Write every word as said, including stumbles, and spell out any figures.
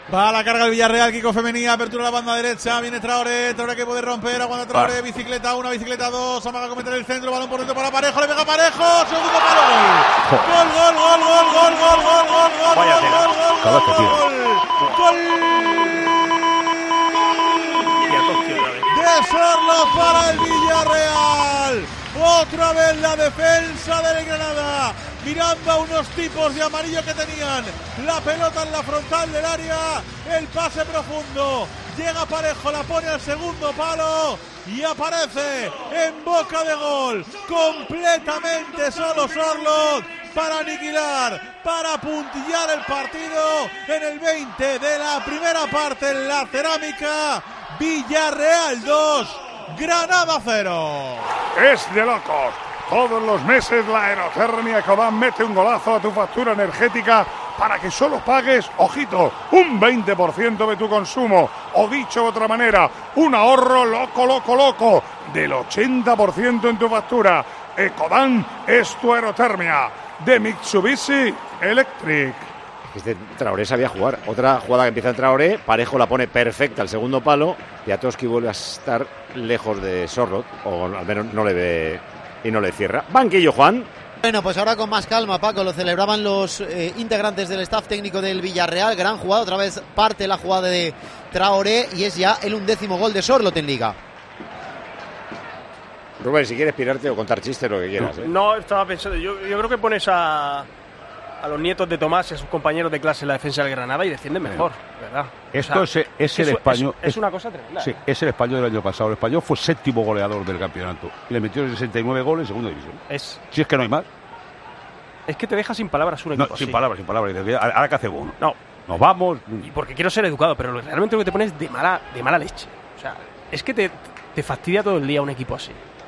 Va a la carga el Villarreal, Kiko Femení, apertura a la banda derecha, viene Traoré, Traoré que puede romper, aguanta Traoré, ah. bicicleta una, bicicleta dos, amaga con meter el centro, balón por dentro para Parejo, le pega Parejo, segundo palo, gol, gol, gol, gol, gol, gol, gol, gol, gol, Vaya gol, gol, gol, gol, gol, gol, de Sorloz para el Villarreal, otra vez la defensa del Granada, mirando a unos tipos de amarillo que tenían la pelota en la frontal del área, el pase profundo, llega Parejo, la pone al segundo palo y aparece en boca de gol, completamente solo Sorloz para aniquilar, para puntillar el partido en el veinte de la primera parte en la Cerámica. Villarreal dos, Granada cero. Es de locos. Todos los meses la aerotermia Ecodan mete un golazo a tu factura energética para que solo pagues, ojito, un veinte por ciento de tu consumo. O dicho de otra manera, un ahorro loco, loco, loco del ochenta por ciento en tu factura. Ecodan es tu aerotermia de Mitsubishi Electric. Este Traoré sabía jugar. Otra jugada que empieza en Traoré, Parejo la pone perfecta al segundo palo y Atoski vuelve a estar lejos de Sorloz, o al menos no le ve y no le cierra. Banquillo, Juan. Bueno, pues ahora con más calma, Paco, lo celebraban los eh, integrantes del staff técnico del Villarreal. Gran jugada, otra vez parte la jugada de Traoré y es ya el undécimo gol de Sorloz en Liga. Rubén, si quieres pirarte o contar chistes, lo que quieras. ¿eh? No, estaba pensando, yo, yo creo que pones a, a los nietos de Tomás y a sus compañeros de clase en la defensa del Granada y defienden mejor, ¿verdad? Esto o sea, es, es el es, español. Es, es una cosa tremenda. Sí, ¿eh? es el español del año pasado. El español fue séptimo goleador del campeonato. Y le metió sesenta y nueve goles en segunda división. Es, si es que no hay más. Es que te deja sin palabras un equipo. No, sin sí. palabras, sin palabras. Ahora que hacemos. No. Nos vamos. Y porque quiero ser educado, pero realmente lo que te pones de mala, de mala leche. O sea, es que te, te fastidia todo el día un equipo así.